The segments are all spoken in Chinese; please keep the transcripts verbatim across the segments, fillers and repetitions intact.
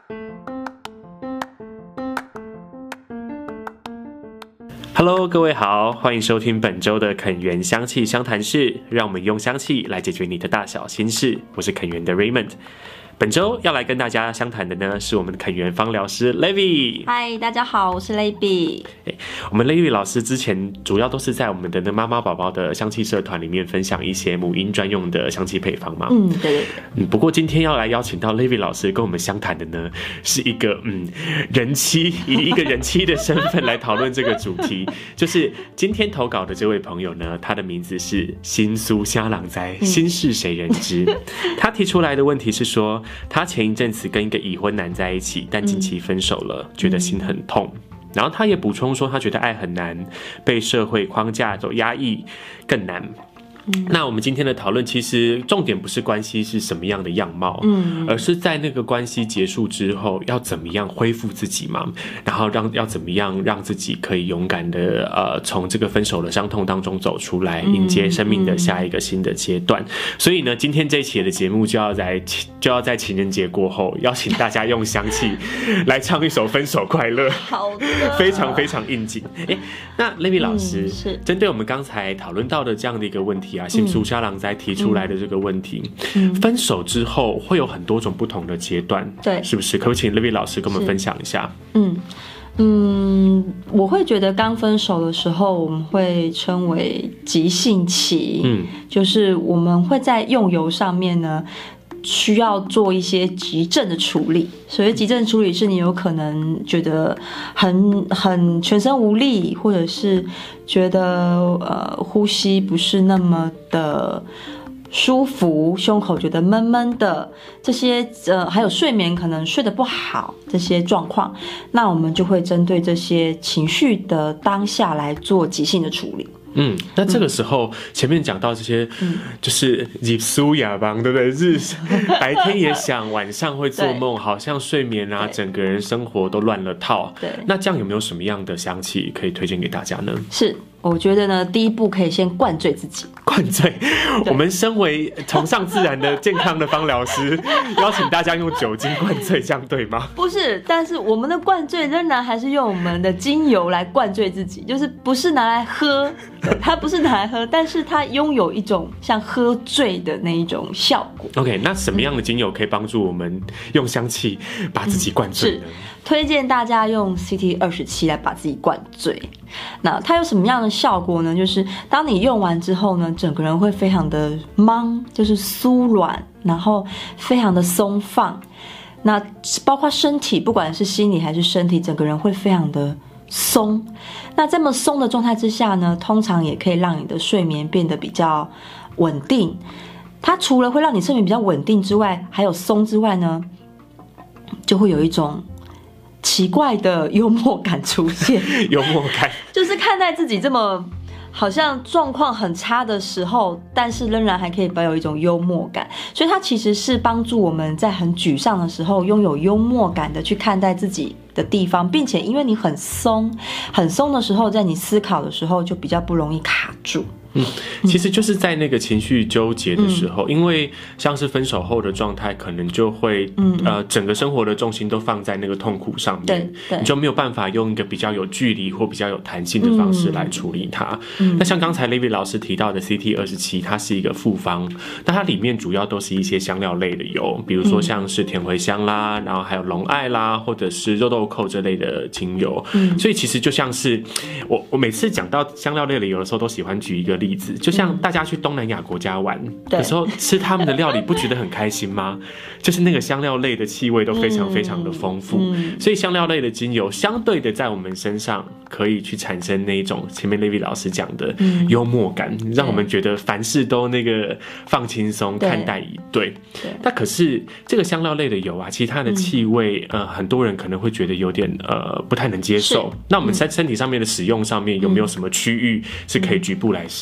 Hello， 各位好，欢迎收听本周的肯园香气相谈室，让我们用香气来解决你的大小心事。我是肯园的 Raymond。本周要来跟大家相谈的呢，是我们的肯园芳疗师 Levi。 嗨，大家好，我是 Levi。 我们 Levi 老师之前主要都是在我们的妈妈宝宝的香气社团里面分享一些母婴专用的香气配方嘛。 嗯，对对对。 嗯，不过今天要来邀请到 Levi 老师跟我们相谈的呢，是一个嗯人妻，以一个人妻的身份来讨论这个主题。就是今天投稿的这位朋友呢，他的名字是新苏虾朗哉，心事谁人知？他提出来的问题是说，他前一阵子跟一个已婚男在一起，但近期分手了，嗯、觉得心很痛。然后他也补充说，他觉得爱很难，被社会框架所压抑更难。嗯、那我们今天的讨论其实重点不是关系是什么样的样貌，嗯，而是在那个关系结束之后要怎么样恢复自己嘛，然后让要怎么样让自己可以勇敢的呃从这个分手的伤痛当中走出来，迎接生命的下一个新的阶段。嗯嗯、所以呢，今天这一期的节目就要在就要在情人节过后，邀请大家用香气来唱一首《分手快乐》， 好的， 非常非常应景。哎，那 Levi 老师、 嗯、是针对我们刚才讨论到的这样的一个问题。新苏虾朗哉提出来的这个问题、嗯，分手之后会有很多种不同的阶段，对，是不是？可不可以请 Levi 老师跟我们分享一下？ 嗯嗯，我会觉得刚分手的时候，我们会称为急性期，嗯，就是我们会在用油上面呢，需要做一些急症的处理。所谓急症处理，是你有可能觉得很很全身无力，或者是觉得呃呼吸不是那么的舒服，胸口觉得闷闷的，这些呃还有睡眠可能睡得不好这些状况，那我们就会针对这些情绪的当下来做急性的处理。 嗯，那这个时候、嗯、前面讲到这些，嗯、就是日苏亚邦，对不对？日白天也想，晚上会做梦，好像睡眠啊，整个人生活都乱了套。对，那这样有没有什么样的香气可以推荐给大家呢？ 是。我觉得呢，第一步可以先灌醉自己。 灌醉，我们身为崇尚自然的健康的芳疗师，邀请大家用酒精灌醉，这样对吗？ 不是，但是我们的灌醉仍然还是用我们的精油来灌醉自己，就是不是拿来喝，它不是拿来喝，但是它拥有一种像喝醉的那一种效果。 OK， 那什么样的精油可以帮助我们用香气把自己灌醉呢？嗯、 推荐大家用 C T 二十七 来把自己灌醉。那它有什么样的效果呢？就是当你用完之后呢，整个人会非常的茫，就是酥软，然后非常的松放。那包括身体，不管是心理还是身体，整个人会非常的松。那这么松的状态之下呢，通常也可以让你的睡眠变得比较稳定。它除了会让你睡眠比较稳定之外，还有松之外呢，就会有一种奇怪的幽默感出现。 幽默感就是看待自己这么好像状况很差的时候，但是仍然还可以保有一种幽默感，所以它其实是帮助我们在很沮丧的时候拥有幽默感的去看待自己的地方，并且因为你很松很松的时候，在你思考的时候就比较不容易卡住。 嗯，其实就是在那个情绪纠结的时候、嗯、因为像是分手后的状态可能就会、嗯、呃，整个生活的重心都放在那个痛苦上面，对对，你就没有办法用一个比较有距离或比较有弹性的方式来处理它、嗯、那像刚才 Levi 老师提到的 C T 二十七 它是一个复方，那它里面主要都是一些香料类的油，比如说像是甜茴香啦、嗯、然后还有龙艾啦，或者是肉豆蔻这类的精油、嗯、所以其实就像是我我每次讲到香料类的油的时候都喜欢举一个例子，就像大家去东南亚国家玩的时候、嗯、吃他们的料理不觉得很开心吗？就是那个香料类的气味都非常非常的丰富、嗯嗯、所以香料类的精油相对的在我们身上可以去产生那一种前面 Levi 老师讲的幽默感、嗯、让我们觉得凡事都那个放轻松看待以对。那可是这个香料类的油啊，其实它的气味、嗯、呃，很多人可能会觉得有点呃不太能接受。那我们在身体上面的使用上面有没有什么区域是可以局部来使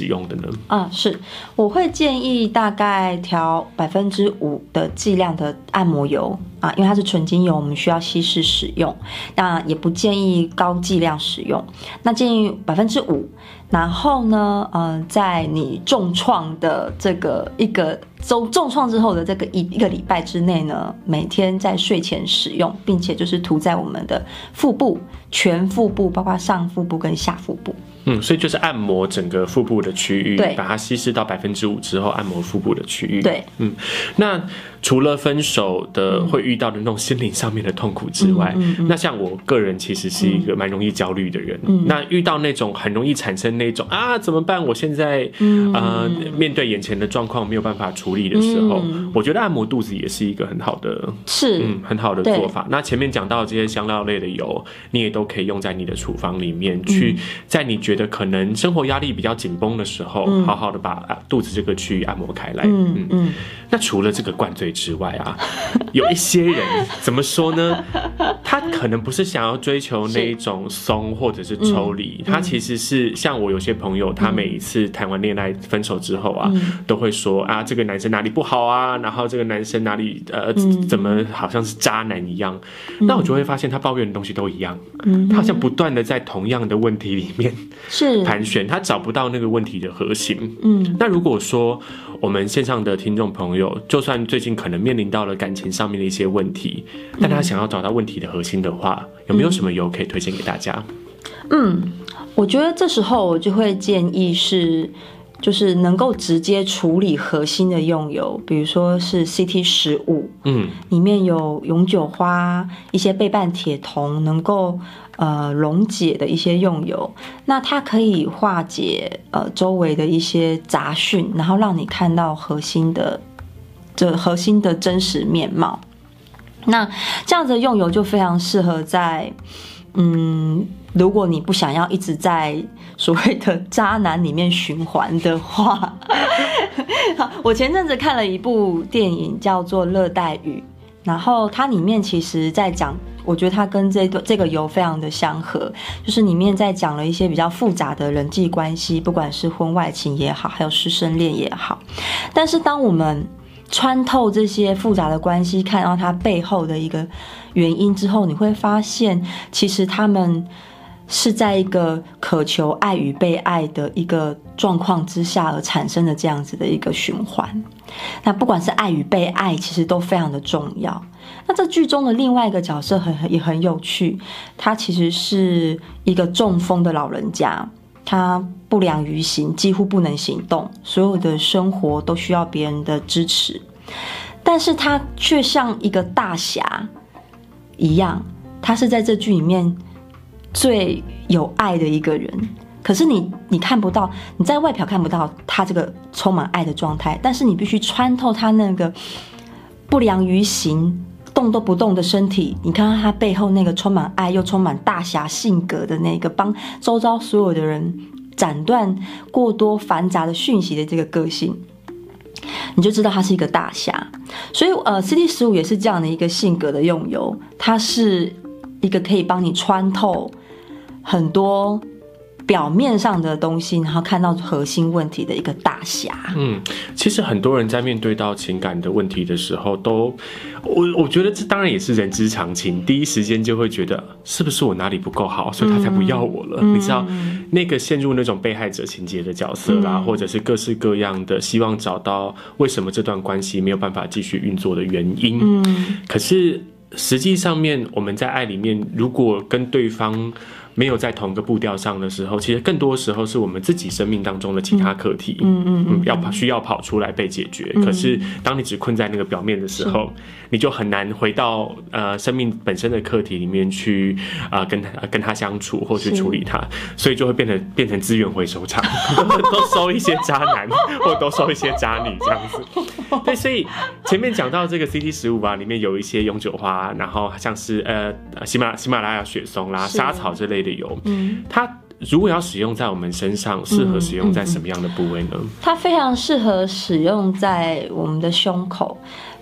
使用的呢？ 啊，是，我会建议大概调百分之五的剂量的按摩油啊，因为它是纯精油，我们需要稀释使用。那也不建议高剂量使用，那建议百分之五。然后呢，呃，在你重创的这个一个重重创之后的这个一一个礼拜之内呢，每天在睡前使用，并且就是涂在我们的腹部、全腹部，包括上腹部跟下腹部。 嗯，所以就是按摩整个腹部的区域， 对， 把它稀释到百分之五之后，按摩腹部的区域。 对， 嗯，那除了分手的会遇到的那种心灵上面的痛苦之外，嗯嗯嗯、那像我个人其实是一个蛮容易焦虑的人，嗯、那遇到那种很容易产生那种啊怎么办？我现在、嗯、呃面对眼前的状况没有办法处理的时候，嗯、我觉得按摩肚子也是一个很好的， 是嗯很好的做法。那前面讲到这些香料类的油，你也都可以用在你的处方里面，嗯、去在你觉得可能生活压力比较紧绷的时候，嗯、好好的把肚子这个区域按摩开来。嗯嗯嗯。那除了这个灌醉之外啊，有一些人怎么说呢？他可能不是想要追求那一种松或者是抽离，嗯、他其实是像我有些朋友，他每一次谈完恋爱分手之后啊，嗯、都会说啊，这个男生哪里不好啊，然后这个男生哪里呃、嗯、怎么好像是渣男一样。嗯、那我就会发现他抱怨的东西都一样，嗯、他好像不断的在同样的问题里面是盘旋，他找不到那个问题的核心。嗯，那如果说我们线上的听众朋友，就算最近可能面临到了感情上面的一些问题，但他想要找到问题的核心的话，有没有什么油可以推荐给大家？ 嗯，我觉得这时候我就会建议是，就是能够直接处理核心的用油，比如说是 C T 十五，嗯，里面有永久花、一些倍半铁酮，能够呃溶解的一些用油，那它可以化解呃周围的一些杂讯，然后让你看到核心的这核心的真实面貌。那这样子的用油就非常适合在嗯，如果你不想要一直在所谓的渣男里面循环的话，我前阵子看了一部电影叫做《热带雨》，然后它里面其实在讲，我觉得它跟这个这个油非常的相合，就是里面在讲了一些比较复杂的人际关系，不管是婚外情也好，还有师生恋也好，但是当我们穿透这些复杂的关系，看到它背后的一个原因之后，你会发现其实他们是在一个渴求爱与被爱的一个状况之下而产生的这样子的一个循环。那不管是爱与被爱，其实都非常的重要。那这剧中的另外一个角色很也很有趣，他其实是一个中风的老人家，他不良于行，几乎不能行动，所有的生活都需要别人的支持，但是他却像一个大侠一样，他是在这剧里面最有爱的一个人。可是你你看不到，你在外表看不到他这个充满爱的状态，但是你必须穿透他那个不良于行、动都不动的身体，你看到他背后那个充满爱又充满大侠性格的那个，帮周遭所有的人斩断过多繁杂的讯息的这个个性，你就知道他是一个大侠。所以呃 C T 十五 也是这样的一个性格的用油，它是一个可以帮你穿透很多表面上的东西，然后看到核心问题的一个大侠。 嗯，其实很多人在面对到情感的问题的时候都，我我觉得这当然也是人之常情，第一时间就会觉得是不是我哪里不够好，所以他才不要我了。嗯、你知道那个陷入那种被害者情节的角色啦，嗯、或者是各式各样的希望找到为什么这段关系没有办法继续运作的原因。嗯，可是实际上面我们在爱里面，如果跟对方没有在同个步调上的时候，其实更多时候是我们自己生命当中的其他课题，嗯嗯嗯，要需要跑出来被解决。嗯、可是当你只困在那个表面的时候，你就很难回到呃生命本身的课题里面去啊、呃、跟他跟他相处或去处理它，所以就会变成变成资源回收场，都收一些渣男或都收一些渣女这样子。对，所以前面讲到这个 C T 十五 啊，里面有一些永久花，然后像是呃喜马喜马拉雅雪松啦、沙草之类的油，嗯，它如果要使用在我们身上，适合使用在什么样的部位呢？ 它非常适合使用在我们的胸口，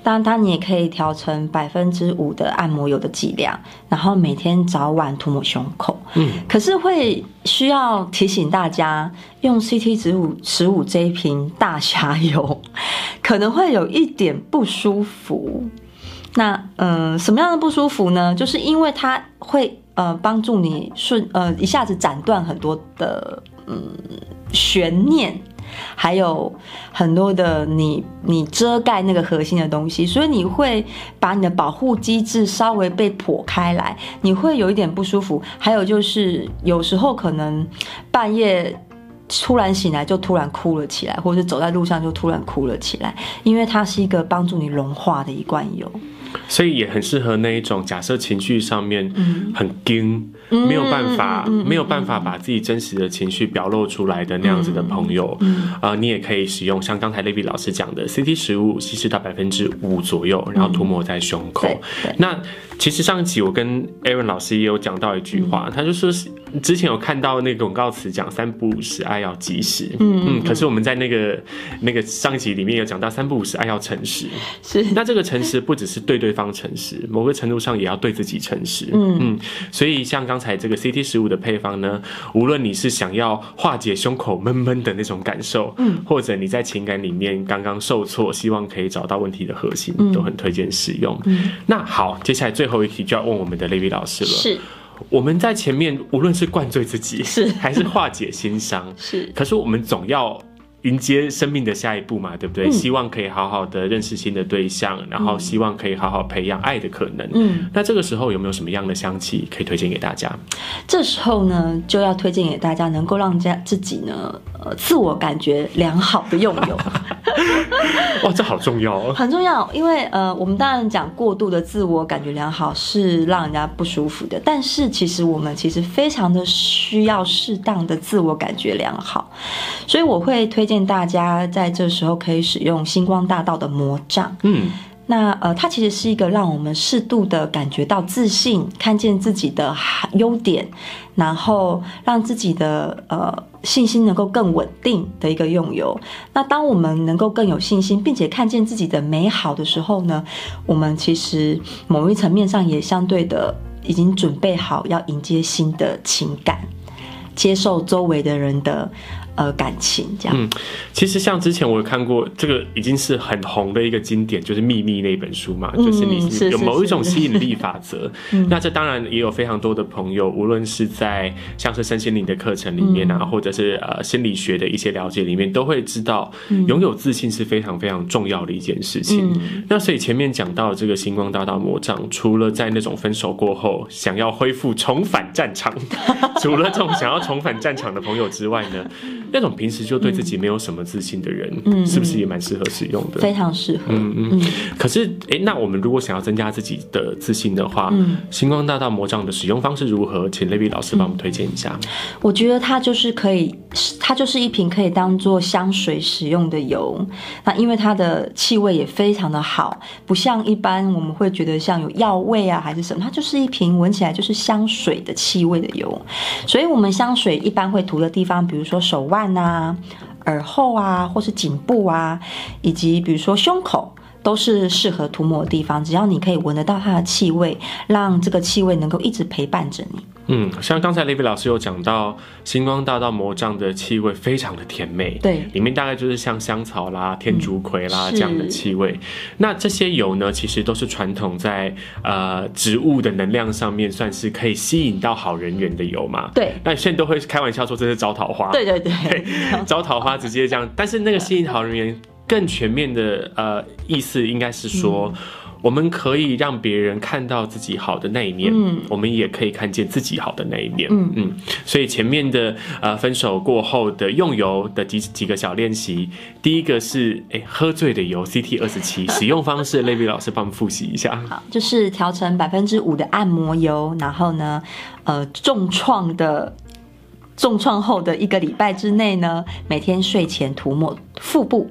当然，当然你也可以调成百分之五的按摩油的剂量，然后每天早晚涂抹胸口。嗯，可是会需要提醒大家，用 C T 十五 十五这一瓶大虾油，可能会有一点不舒服。那嗯、呃，什么样的不舒服呢？就是因为它会呃帮助你顺呃一下子斩断很多的嗯悬念，还有很多的你你遮盖那个核心的东西，所以你会把你的保护机制稍微被破开来，你会有一点不舒服。还有就是有时候可能半夜突然醒来就突然哭了起来，或者是走在路上就突然哭了起来，因为它是一个帮助你融化的一罐油。 所以也很适合那一种假设情绪上面很惊、嗯、没有办法、嗯、没有办法把自己真实的情绪表露出来的那样子的朋友、嗯呃、你也可以使用像刚才 Levi 老师讲的 C T 十五 稀释到百分之五左右，然后涂抹在胸口、嗯、那其实上一集我跟 Aaron 老师也有讲到一句话、嗯、他就说之前有看到那个广告词讲三不五时爱要及时， 嗯, 嗯可是我们在那个那个上一集里面有讲到三不五时爱要诚实，是那这个诚实不只是对对方诚实，某个程度上也要对自己诚实。嗯嗯，所以像刚才这个 C T 十五 的配方呢，无论你是想要化解胸口闷闷的那种感受，嗯，或者你在情感里面刚刚受挫，希望可以找到问题的核心，嗯、都很推荐使用。嗯，那好，接下来最后一题就要问我们的 Levi 老师了。是。我们在前面无论是灌醉自己，是还是化解心伤，是，可是我们总要迎接生命的下一步嘛，对不对？嗯、希望可以好好的认识新的对象，然后希望可以好好培养爱的可能。嗯，那这个时候有没有什么样的香气可以推荐给大家？ 这时候呢，就要推荐给大家能够让自己呢，呃，自我感觉良好的用油。 哇，这好重要哦， 很重要，因为呃，我们当然讲过度的自我感觉良好是让人家不舒服的，但是其实我们其实非常的需要适当的自我感觉良好，所以我会推荐大家在这时候可以使用星光大道的魔杖。嗯。那呃，它其实是一个让我们适度的感觉到自信，看见自己的优点，然后让自己的呃信心能够更稳定的一个用油。那当我们能够更有信心，并且看见自己的美好的时候呢，我们其实某一层面上也相对的已经准备好要迎接新的情感，接受周围的人的呃感情这样。嗯， 其实像之前我有看过这个已经是很红的一个经典，就是《秘密》那本书嘛，嗯、就是你是有某一种吸引力法则。嗯、那这当然也有非常多的朋友，无论是在像是身心灵的课程里面啊，嗯、或者是呃心理学的一些了解里面，都会知道拥有自信是非常非常重要的一件事情。嗯、那所以前面讲到这个星光大道魔杖，除了在那种分手过后想要恢复重返战场，除了这种想要重返战场的朋友之外呢，那种平时就对自己没有什么自信的人，嗯、是不是也蛮适合使用的？ 非常适合。 嗯嗯。嗯可是，哎，那我们如果想要增加自己的自信的话，嗯、星光大道魔杖的使用方式如何？请 Levi 老师帮我们推荐一下。 我觉得它就是可以，它就是一瓶可以当做香水使用的油。那因为它的气味也非常的好，不像一般我们会觉得像有药味啊还是什么，它就是一瓶闻起来就是香水的气味的油。所以我们香水一般会涂的地方，比如说手腕啊、耳后啊，或是颈部啊，以及比如说胸口，都是适合涂抹的地方。只要你可以闻得到它的气味，让这个气味能够一直陪伴着你。 嗯，像刚才 Levi 老师有讲到，星光大道魔杖的气味非常的甜美， 对， 里面大概就是像香草啦、天竺葵啦、嗯、这样的气味。那这些油呢，其实都是传统在呃植物的能量上面算是可以吸引到好人缘的油嘛。对，那现在都会开玩笑说这是招桃花。 对对对，对招桃花直接这样，但是那个吸引好人缘更全面的呃意思应该是说。嗯我们可以让别人看到自己好的那一面，嗯，我们也可以看见自己好的那一面，嗯嗯。所以前面的呃分手过后的用油的几几个小练习，第一个是哎喝醉的油 C T 二十七，使用方式 Levi 老师帮我们复习一下。 好，就是调成百分之五的按摩油，然后呢，呃重创的重创后的一个礼拜之内呢，每天睡前涂抹腹部。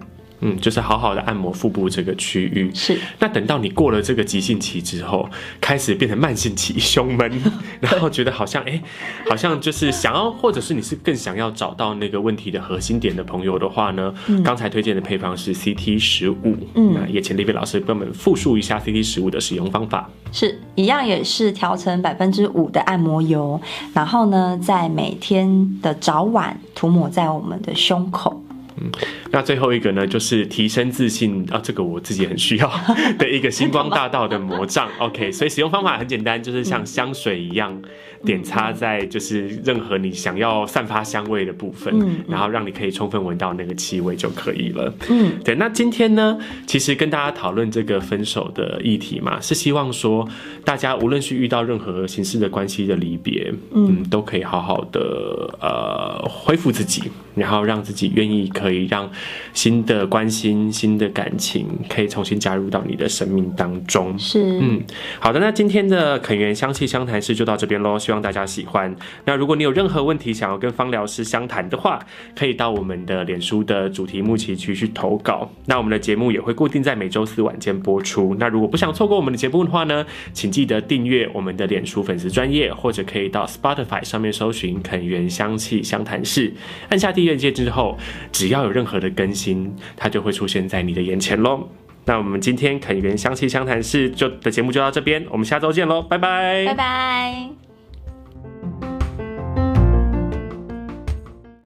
嗯，就是好好的按摩腹部这个区域。 是。 那等到你过了这个急性期之后，开始变成慢性期，胸闷，然后觉得好像哎、欸，好像就是想要，或者是你是更想要找到那个问题的核心点的朋友的话呢，刚、嗯、才推荐的配方是 C T 十五。嗯，那也请立伟老师帮我们复述一下 C T 十五的使用方法。 是一样，也是调成百分之五的按摩油，然后呢，在每天的早晚涂抹在我们的胸口。 嗯，那最后一个呢，就是提升自信啊，这个我自己很需要的一个星光大道的魔杖。OK， 所以使用方法很简单，就是像香水一样，点擦在就是任何你想要散发香味的部分，嗯，然后让你可以充分闻到那个气味就可以了。嗯，对。那今天呢，其实跟大家讨论这个分手的议题嘛，是希望说大家无论是遇到任何形式的关系的离别，嗯，都可以好好的呃恢复自己，然后让自己愿意可以让新的关心、新的感情可以重新加入到你的生命当中。 是， 嗯，好的，那今天的肯园香气相谈室就到这边咯，希望大家喜欢。那如果你有任何问题想要跟芳疗师相谈的话，可以到我们的脸书的主题目期区去投稿。那我们的节目也会固定在每周四晚间播出。那如果不想错过我们的节目的话呢，请记得订阅我们的脸书粉丝专页，或者可以到 Spotify 上面搜寻肯园香气相谈室，按下订阅键之后，只要有任何的更新，它就会出现在你的眼前咯。那我们今天肯园香气相谈室就的节目就到这边，我们下周见咯，拜拜， 拜拜。